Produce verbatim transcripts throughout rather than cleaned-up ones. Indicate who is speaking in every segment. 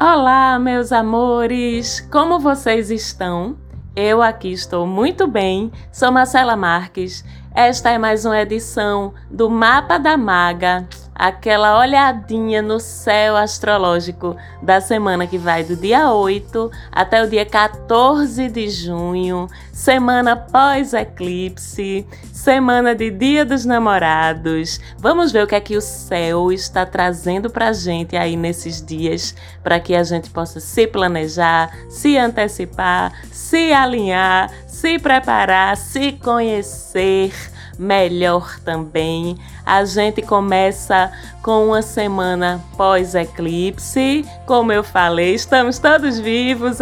Speaker 1: Olá, meus amores! Como vocês estão? Eu aqui estou muito bem, sou Marcela Marques. Esta é mais uma edição do Mapa da Maga, aquela olhadinha no céu astrológico da semana que vai do dia oito até o dia quatorze de junho, semana pós-eclipse, semana de Dia dos Namorados. Vamos ver o que é que o céu está trazendo pra gente aí nesses dias, para que a gente possa se planejar, se antecipar, se alinhar, se preparar, se conhecer melhor também. A gente começa com uma semana pós-eclipse, como eu falei, estamos todos vivos,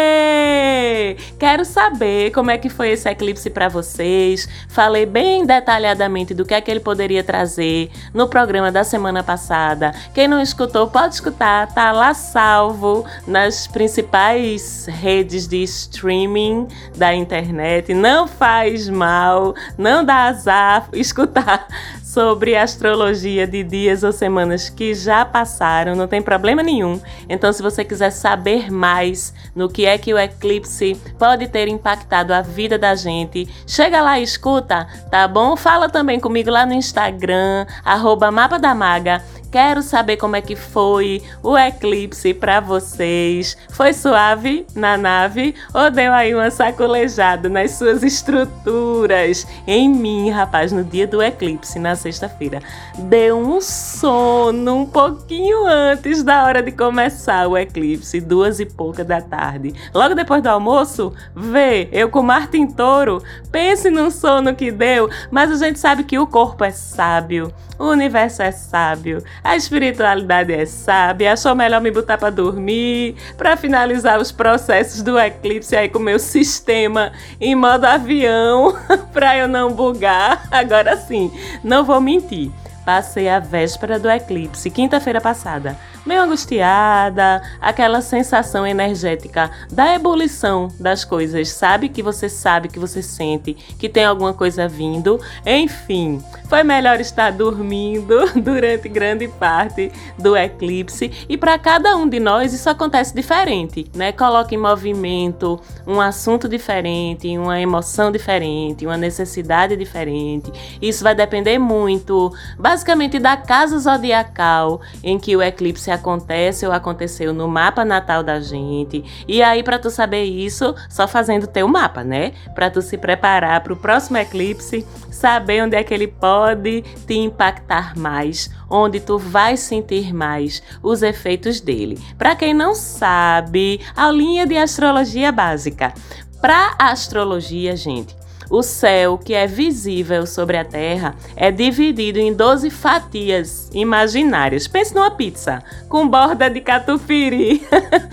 Speaker 1: aê! Quero saber como é que foi esse eclipse para vocês. Falei bem detalhadamente do que é que ele poderia trazer no programa da semana passada. Quem não escutou, pode escutar, tá lá salvo nas principais redes de streaming da internet. Não faz mal, não dá azar escutar sobre astrologia de dias ou semanas que já passaram, não tem problema nenhum. Então, se você quiser saber mais no que é que o eclipse pode ter impactado a vida da gente, chega lá e escuta, tá bom? Fala também comigo lá no Instagram, arroba Mapa da Maga. Quero saber como é que foi o eclipse para vocês. Foi suave na nave ou deu aí uma sacolejada nas suas estruturas? Em mim, rapaz, no dia do eclipse, na sexta-feira, deu um sono um pouquinho antes da hora de começar o eclipse, duas e pouca da tarde. Logo depois do almoço, vê, eu com Martin Touro, pense num sono que deu, mas a gente sabe que o corpo é sábio, o universo é sábio, a espiritualidade é sábia, achou melhor me botar pra dormir, pra finalizar os processos do eclipse aí com o meu sistema em modo avião, pra eu não bugar. Agora sim, não vou mentir, passei a véspera do eclipse, quinta-feira passada, meio angustiada, aquela sensação energética da ebulição das coisas, sabe? Que você sabe, que você sente, que tem alguma coisa vindo. Enfim, foi melhor estar dormindo durante grande parte do eclipse. E para cada um de nós isso acontece diferente, né? Coloca em movimento um assunto diferente, uma emoção diferente, uma necessidade diferente. Isso vai depender muito, basicamente, da casa zodiacal em que o eclipse acontece ou aconteceu no mapa natal da gente. E aí, para tu saber isso, só fazendo teu mapa, né? Para tu se preparar para o próximo eclipse, saber onde é que ele pode te impactar mais, onde tu vai sentir mais os efeitos dele. Para quem não sabe, aulinha de astrologia básica. Para a astrologia, gente, o céu, que é visível sobre a Terra, é dividido em doze fatias imaginárias. Pense numa pizza com borda de catupiry.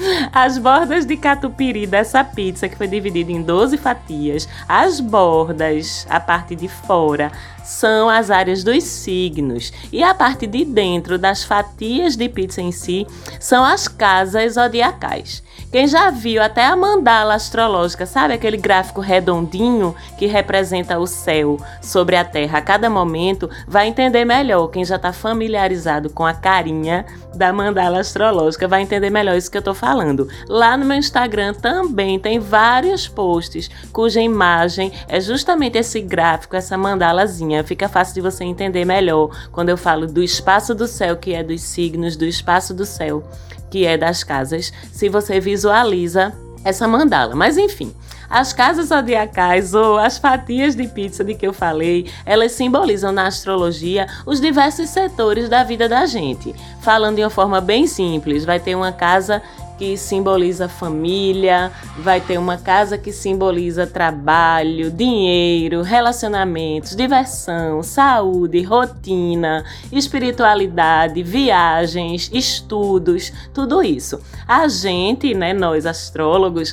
Speaker 1: As bordas de catupiry dessa pizza, que foi dividida em doze fatias, as bordas, a parte de fora, são as áreas dos signos. E a parte de dentro das fatias de pizza em si são as casas zodiacais. Quem já viu até a mandala astrológica, sabe aquele gráfico redondinho que representa o céu sobre a Terra a cada momento, vai entender melhor. Quem já está familiarizado com a carinha da mandala astrológica vai entender melhor isso que eu estou falando. Lá no meu Instagram também tem vários posts cuja imagem é justamente esse gráfico, essa mandalazinha. Fica fácil de você entender melhor quando eu falo do espaço do céu, que é dos signos, do espaço do céu, que é das casas, se você visualiza essa mandala. Mas enfim, as casas zodiacais ou as fatias de pizza de que eu falei, elas simbolizam na astrologia os diversos setores da vida da gente. Falando de uma forma bem simples, vai ter uma casa que simboliza família, vai ter uma casa que simboliza trabalho, dinheiro, relacionamentos, diversão, saúde, rotina, espiritualidade, viagens, estudos, tudo isso. A gente, né, nós astrólogos,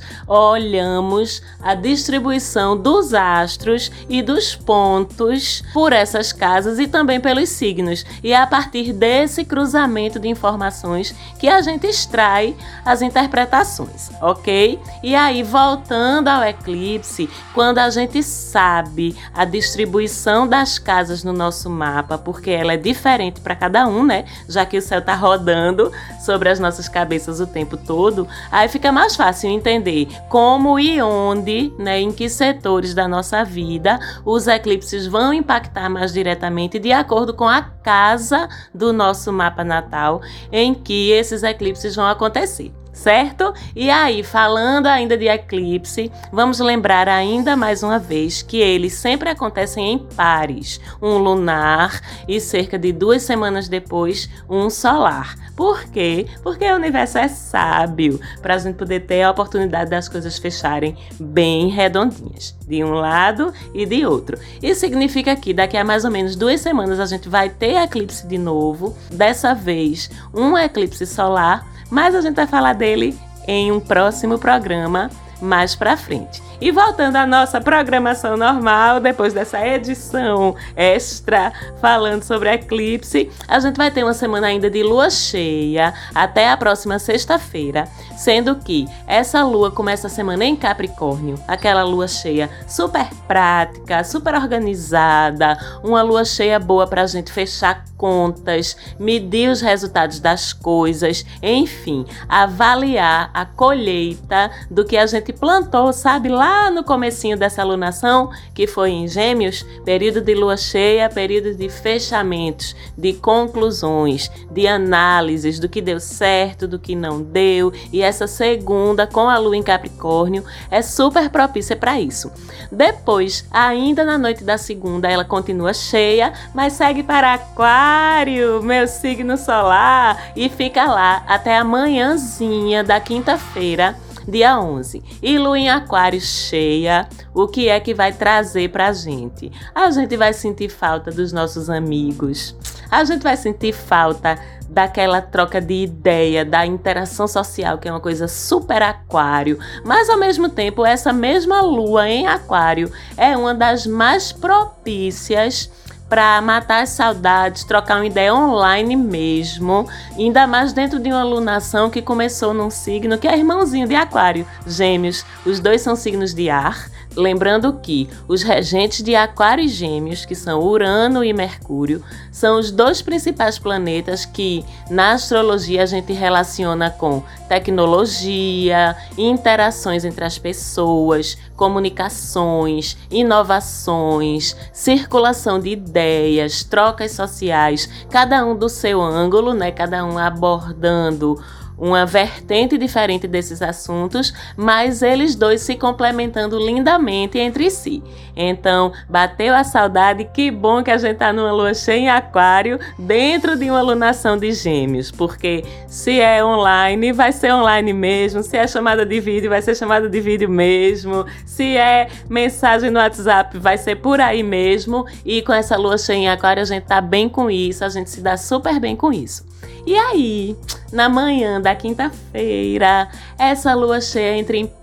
Speaker 1: olhamos a distribuição dos astros e dos pontos por essas casas e também pelos signos. E é a partir desse cruzamento de informações que a gente extrai as interpretações, ok? E aí, voltando ao eclipse, quando a gente sabe a distribuição das casas no nosso mapa, porque ela é diferente para cada um, né? Já que o céu tá rodando sobre as nossas cabeças o tempo todo, aí fica mais fácil entender como e onde, né, em que setores da nossa vida os eclipses vão impactar mais diretamente de acordo com a casa do nosso mapa natal em que esses eclipses vão acontecer. Certo? E aí, falando ainda de eclipse, vamos lembrar ainda mais uma vez que eles sempre acontecem em pares, um lunar e cerca de duas semanas depois, um solar. Por quê? Porque o universo é sábio para a gente poder ter a oportunidade das coisas fecharem bem redondinhas, de um lado e de outro. Isso significa que daqui a mais ou menos duas semanas a gente vai ter eclipse de novo, dessa vez um eclipse solar, mas a gente vai falar dele em um próximo programa mais pra frente. E voltando à nossa programação normal, depois dessa edição extra falando sobre eclipse, a gente vai ter uma semana ainda de lua cheia até a próxima sexta-feira, sendo que essa lua começa a semana em Capricórnio, aquela lua cheia super prática, super organizada, uma lua cheia boa pra gente fechar contas, medir os resultados das coisas, enfim, avaliar a colheita do que a gente plantou, sabe, lá no comecinho dessa alunação, que foi em Gêmeos, período de lua cheia, período de fechamentos, de conclusões, de análises do que deu certo, do que não deu, e essa segunda com a lua em Capricórnio é super propícia para isso. Depois, ainda na noite da segunda, ela continua cheia, mas segue para Aquário, meu signo solar, e fica lá até a manhãzinha da quinta-feira, dia onze. E lua em Aquário cheia, o que é que vai trazer pra gente? A gente vai sentir falta dos nossos amigos, a gente vai sentir falta daquela troca de ideia, da interação social, que é uma coisa super Aquário, mas ao mesmo tempo essa mesma lua em Aquário é uma das mais propícias para matar as saudades, trocar uma ideia online mesmo, ainda mais dentro de uma alunação que começou num signo que é irmãozinho de Aquário, Gêmeos. Os dois são signos de ar, lembrando que os regentes de Aquário e Gêmeos, que são Urano e Mercúrio, são os dois principais planetas que na astrologia a gente relaciona com tecnologia, interações entre as pessoas, comunicações, inovações, circulação de ideias, trocas sociais, cada um do seu ângulo, né? Cada um abordando uma vertente diferente desses assuntos, mas eles dois se complementando lindamente entre si. Então, bateu a saudade, que bom que a gente tá numa lua cheia em Aquário, dentro de uma alunação de Gêmeos, porque se é online, vai ser online mesmo, se é chamada de vídeo, vai ser chamada de vídeo mesmo, se é mensagem no WhatsApp, vai ser por aí mesmo, e com essa lua cheia em Aquário a gente tá bem com isso, a gente se dá super bem com isso. E aí, na manhã da quinta-feira, essa lua cheia entra em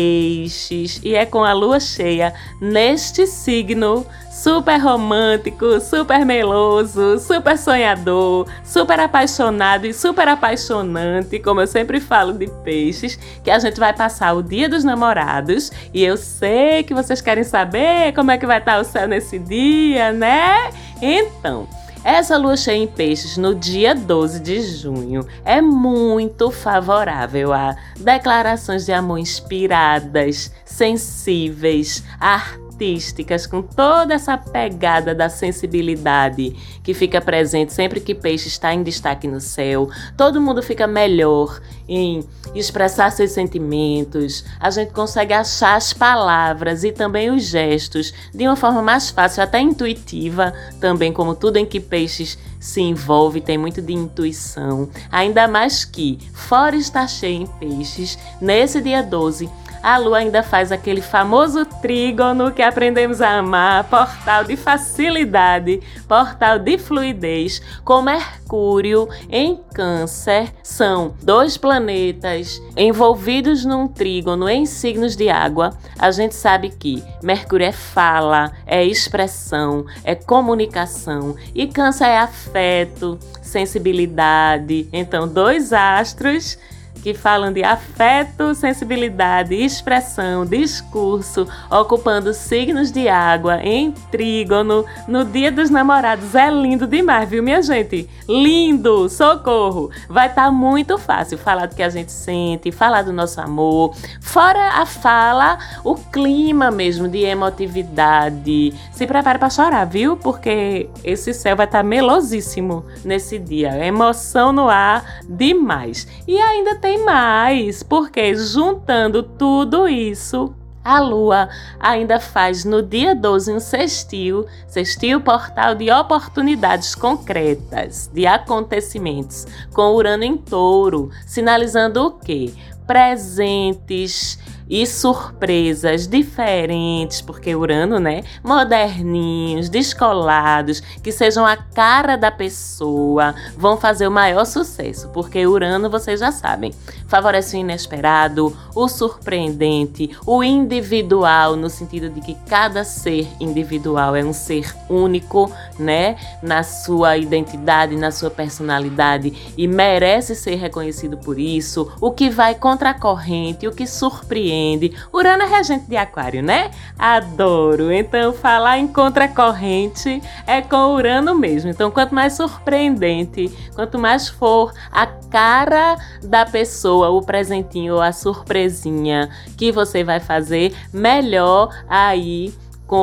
Speaker 1: Peixes, e é com a lua cheia neste signo super romântico, super meloso, super sonhador, super apaixonado e super apaixonante, como eu sempre falo de Peixes, que a gente vai passar o Dia dos Namorados, e eu sei que vocês querem saber como é que vai estar o céu nesse dia, né? Então, essa lua cheia em Peixes no dia doze de junho é muito favorável a declarações de amor inspiradas, sensíveis, artísticas, com toda essa pegada da sensibilidade que fica presente sempre que Peixe está em destaque no céu. Todo mundo fica melhor em expressar seus sentimentos, a gente consegue achar as palavras e também os gestos de uma forma mais fácil, até intuitiva também, como tudo em que Peixes se envolve, tem muito de intuição. Ainda mais que, fora estar cheio em Peixes, nesse dia doze, a lua ainda faz aquele famoso trígono que aprendemos a amar, portal de facilidade, portal de fluidez, com Mercúrio em Câncer. São dois planetas envolvidos num trígono em signos de água. A gente sabe que Mercúrio é fala, é expressão, é comunicação, e Câncer é afeto, sensibilidade. Então, dois astros que falam de afeto, sensibilidade, expressão, discurso, ocupando signos de água em trígono no Dia dos Namorados. É lindo demais, viu, minha gente? Lindo! Socorro! Vai estar tá muito fácil falar do que a gente sente, falar do nosso amor, fora a fala, o clima mesmo de emotividade. Se prepare para chorar, viu? Porque esse céu vai estar tá melosíssimo nesse dia. Emoção no ar demais. E ainda tem mais, porque juntando tudo isso, a Lua ainda faz no dia doze um sextil, sextil portal de oportunidades concretas, de acontecimentos, com Urano em Touro, sinalizando o quê? Presentes e surpresas diferentes, porque Urano, né? Moderninhos, descolados, que sejam a cara da pessoa, vão fazer o maior sucesso, porque Urano, vocês já sabem, favorece o inesperado, o surpreendente, o individual, no sentido de que cada ser individual é um ser único, né? Na sua identidade, na sua personalidade, e merece ser reconhecido por isso, o que vai contra a corrente, o que surpreende. Urano é regente de Aquário, né? Adoro! Então, falar em contracorrente é com Urano mesmo. Então, quanto mais surpreendente, quanto mais for a cara da pessoa, o presentinho ou a surpresinha que você vai fazer, melhor aí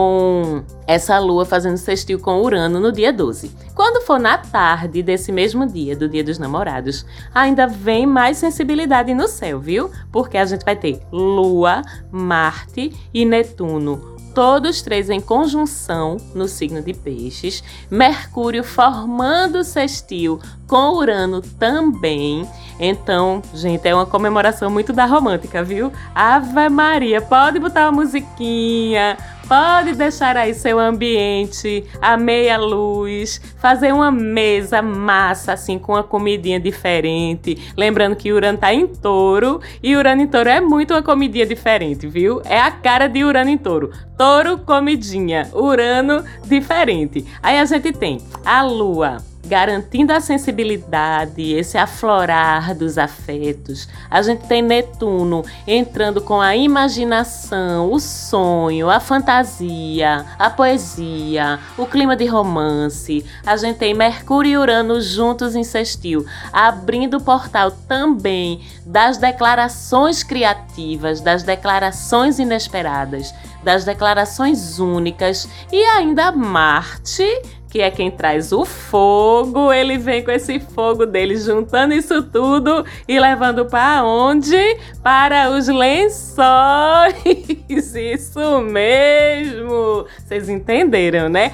Speaker 1: com essa lua fazendo sextil com Urano no dia doze. Quando for na tarde desse mesmo dia, do Dia dos Namorados, ainda vem mais sensibilidade no céu, viu? Porque a gente vai ter Lua, Marte e Netuno, todos três em conjunção no signo de Peixes, Mercúrio formando sextil com Urano também. Então, gente, é uma comemoração muito da romântica, viu? Ave Maria, pode botar uma musiquinha, pode deixar aí seu ambiente à meia luz, fazer uma mesa massa, assim, com uma comidinha diferente. Lembrando que Urano tá em Touro, e Urano em Touro é muito uma comidinha diferente, viu? É a cara de Urano em Touro. Touro, comidinha. Urano, diferente. Aí a gente tem a Lua garantindo a sensibilidade, esse aflorar dos afetos. A gente tem Netuno entrando com a imaginação, o sonho, a fantasia, a poesia, o clima de romance. A gente tem Mercúrio e Urano juntos em sextil, abrindo o portal também das declarações criativas, das declarações inesperadas, das declarações únicas. E ainda Marte, que é quem traz o fogo, ele vem com esse fogo dele, juntando isso tudo e levando para onde? Para os lençóis! Isso mesmo! Vocês entenderam, né?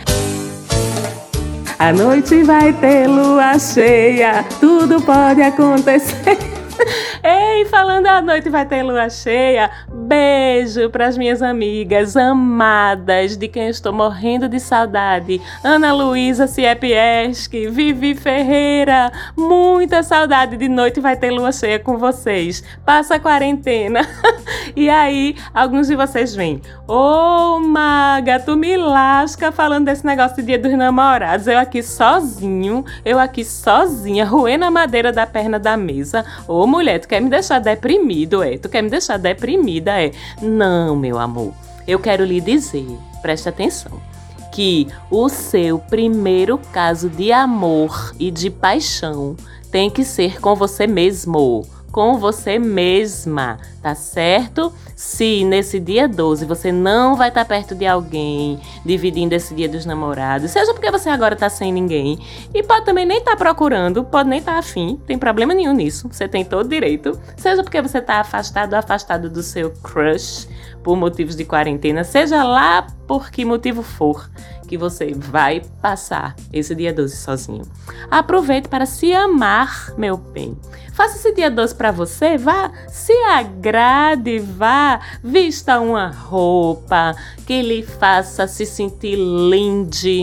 Speaker 1: A noite vai ter lua cheia, tudo pode acontecer. Ei, falando a noite vai ter lua cheia, beijo para as minhas amigas amadas, de quem eu estou morrendo de saudade. Ana Luísa Ciepieski, Vivi Ferreira, muita saudade. De noite vai ter lua cheia com vocês. Passa a quarentena. E aí, alguns de vocês vêm: ô, Maga, tu me lasca falando desse negócio de Dia dos Namorados. Eu aqui sozinho, eu aqui sozinha, roendo a madeira da perna da mesa. Ô, mulher, tu quer me deixar deprimido, é? Tu quer me deixar deprimida, é? Não, meu amor. Eu quero lhe dizer, preste atenção, que o seu primeiro caso de amor e de paixão tem que ser com você mesmo, com você mesma, tá certo? Se nesse dia doze você não vai estar perto de alguém, dividindo esse Dia dos Namorados, seja porque você agora tá sem ninguém, e pode também nem estar procurando, pode nem estar afim, tem problema nenhum nisso, você tem todo direito, seja porque você tá afastado ou afastado do seu crush, por motivos de quarentena, seja lá por que motivo for que você vai passar esse dia doze sozinho. Aproveite para se amar, meu bem. Faça esse dia doze para você, vá, se agrade, vá, vista uma roupa que lhe faça se sentir linde.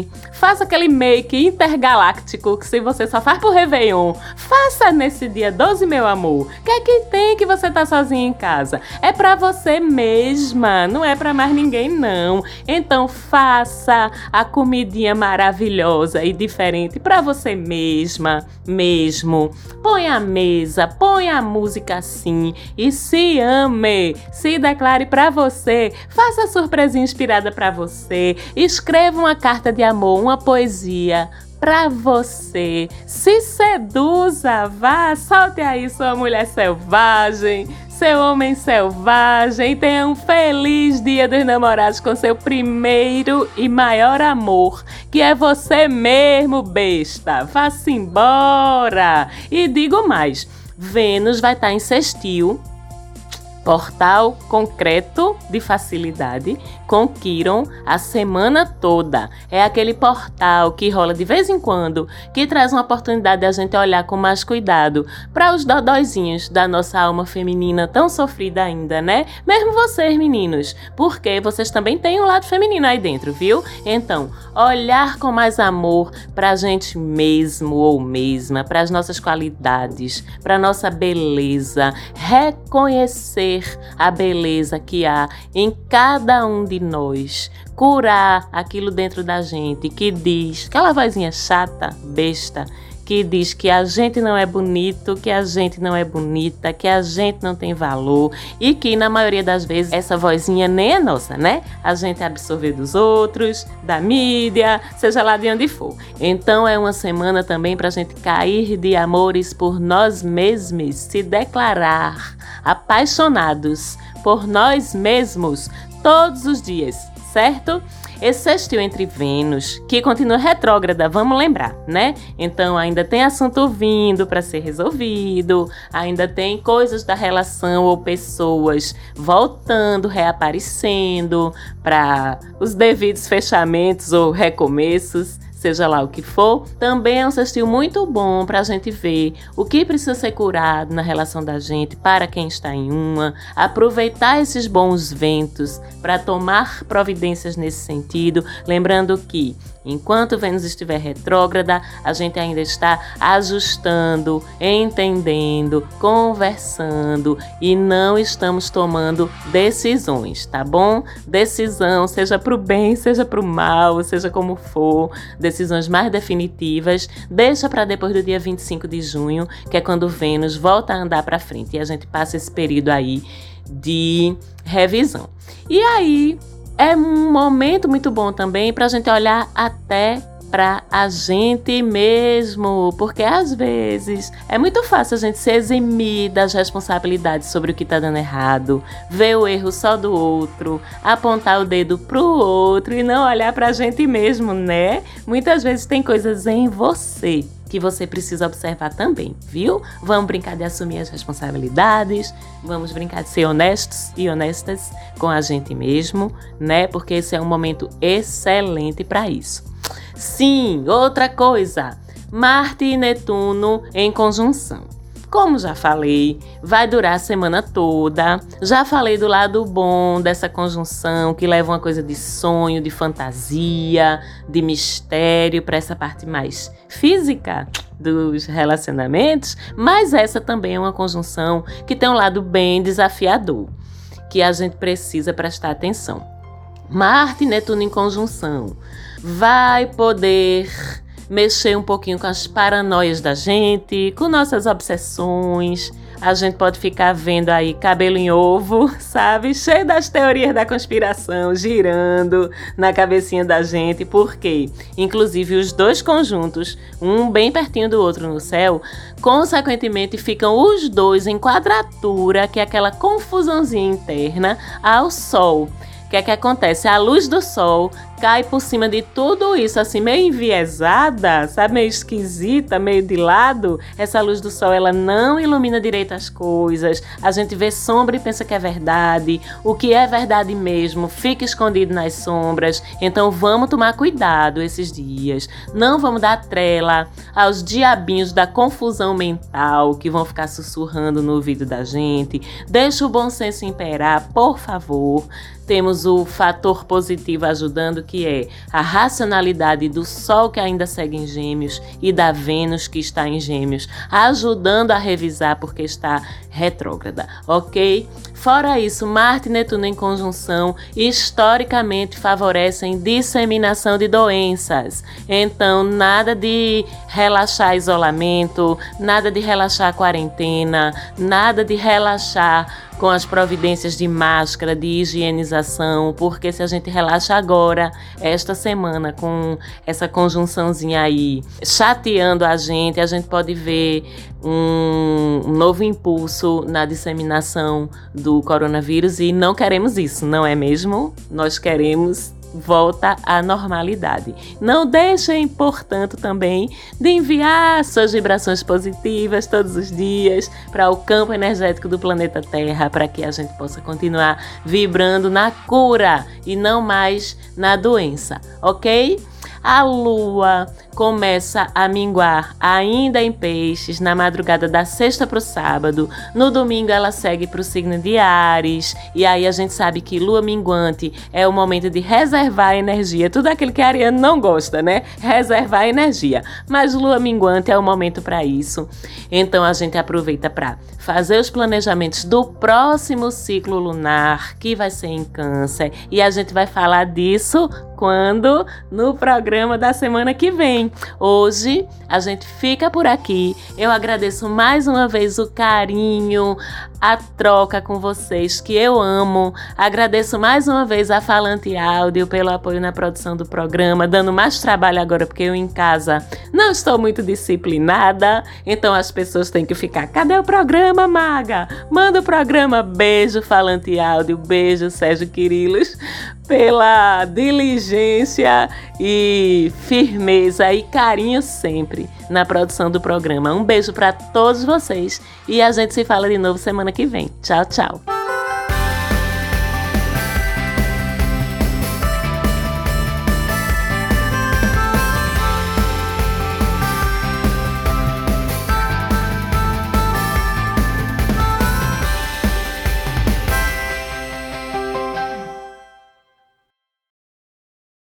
Speaker 1: faça aquele make intergaláctico que se você só faz pro Réveillon, faça nesse dia doze, meu amor. O que é que tem que você tá sozinha em casa? É pra você mesma, não é pra mais ninguém não. Então faça a comidinha maravilhosa e diferente pra você mesma, mesmo. Põe a mesa, põe a música assim e se ame, se declare pra você, faça a surpresinha inspirada pra você, escreva uma carta de amor, uma poesia pra você, se seduza, vá, solte aí sua mulher selvagem, seu homem selvagem, tenha um feliz dia dos namorados com seu primeiro e maior amor, que é você mesmo, besta, vá-se embora. E digo mais, Vênus vai estar em sextil, portal concreto de facilidade com Quiron a semana toda. É aquele portal que rola de vez em quando, que traz uma oportunidade de a gente olhar com mais cuidado para os dodóizinhos da nossa alma feminina tão sofrida ainda, né? Mesmo vocês, meninos, porque vocês também têm um lado feminino aí dentro, viu? Então, olhar com mais amor para a gente mesmo ou mesma, para as nossas qualidades, para nossa beleza, reconhecer a beleza que há em cada um de nós, curar aquilo dentro da gente que diz, aquela vozinha chata, besta, que diz que a gente não é bonito, que a gente não é bonita, que a gente não tem valor e que na maioria das vezes essa vozinha nem é nossa, né? A gente absorve dos outros, da mídia, seja lá de onde for. Então é uma semana também para a gente cair de amores por nós mesmos, se declarar apaixonados por nós mesmos todos os dias, certo? Esse sextil entre Vênus, que continua retrógrada, vamos lembrar, né? Então ainda tem assunto vindo para ser resolvido, ainda tem coisas da relação ou pessoas voltando, reaparecendo para os devidos fechamentos ou recomeços, seja lá o que for. Também é um sextil muito bom para a gente ver o que precisa ser curado na relação da gente para quem está em uma, aproveitar esses bons ventos para tomar providências nesse sentido, lembrando que enquanto Vênus estiver retrógrada, a gente ainda está ajustando, entendendo, conversando e não estamos tomando decisões, tá bom? Decisão, seja para o bem, seja para o mal, seja como for, decisões mais definitivas, deixa para depois do dia vinte e cinco de junho, que é quando Vênus volta a andar para frente e a gente passa esse período aí de revisão. E aí, é um momento muito bom também para a gente olhar até para a gente mesmo, porque às vezes é muito fácil a gente se eximir das responsabilidades sobre o que está dando errado, ver o erro só do outro, apontar o dedo pro outro e não olhar para a gente mesmo, né? Muitas vezes tem coisas em você que você precisa observar também, viu? Vamos brincar de assumir as responsabilidades, vamos brincar de ser honestos e honestas com a gente mesmo, né? Porque esse é um momento excelente para isso. Sim, outra coisa, Marte e Netuno em conjunção. Como já falei, vai durar a semana toda. Já falei do lado bom dessa conjunção, que leva uma coisa de sonho, de fantasia, de mistério para essa parte mais física dos relacionamentos, mas essa também é uma conjunção que tem um lado bem desafiador, que a gente precisa prestar atenção. Marte e Netuno em conjunção vai poder mexer um pouquinho com as paranoias da gente, com nossas obsessões. A gente pode ficar vendo aí cabelo em ovo, sabe? Cheio das teorias da conspiração, girando na cabecinha da gente. Por quê? Inclusive, os dois conjuntos, um bem pertinho do outro no céu, consequentemente ficam os dois em quadratura, que é aquela confusãozinha interna, ao Sol. O que é que acontece? A luz do Sol cai por cima de tudo isso, assim, meio enviesada, sabe? Meio esquisita, meio de lado. Essa luz do Sol, ela não ilumina direito as coisas. A gente vê sombra e pensa que é verdade. O que é verdade mesmo fica escondido nas sombras. Então, vamos tomar cuidado esses dias. Não vamos dar trela aos diabinhos da confusão mental que vão ficar sussurrando no ouvido da gente. Deixa o bom senso imperar, por favor. Temos o fator positivo ajudando, que é a racionalidade do Sol que ainda segue em Gêmeos e da Vênus que está em Gêmeos, ajudando a revisar porque está retrógrada, ok? Fora isso, Marte e Netuno em conjunção historicamente favorecem disseminação de doenças. Então, nada de relaxar isolamento, nada de relaxar quarentena, nada de relaxar com as providências de máscara, de higienização, porque se a gente relaxa agora, esta semana, com essa conjunçãozinha aí, chateando a gente, a gente pode ver um novo impulso na disseminação do coronavírus e não queremos isso, não é mesmo? Nós queremos volta à normalidade. Não deixem, portanto, também de enviar suas vibrações positivas todos os dias para o campo energético do planeta Terra, para que a gente possa continuar vibrando na cura e não mais na doença, ok? A Lua começa a minguar ainda em Peixes na madrugada da sexta para o sábado. No domingo ela segue para o signo de Áries. E aí a gente sabe que Lua minguante é o momento de reservar energia. Tudo aquilo que a Ariane não gosta, né? Reservar energia. Mas Lua minguante é o momento para isso. Então a gente aproveita para fazer os planejamentos do próximo ciclo lunar, que vai ser em Câncer. E a gente vai falar disso quando? No programa da semana que vem. Hoje a gente fica por aqui. Eu agradeço mais uma vez o carinho, a troca com vocês, que eu amo. Agradeço mais uma vez a Falante Áudio pelo apoio na produção do programa, dando mais trabalho agora porque eu em casa não estou muito disciplinada, então as pessoas têm que ficar: cadê o programa, maga? Manda o programa. Beijo, Falante Áudio. Beijo, Sérgio Quirilos, pela diligência e firmeza e carinho sempre na produção do programa. Um beijo para todos vocês e a gente se fala de novo semana que vem. Tchau, tchau.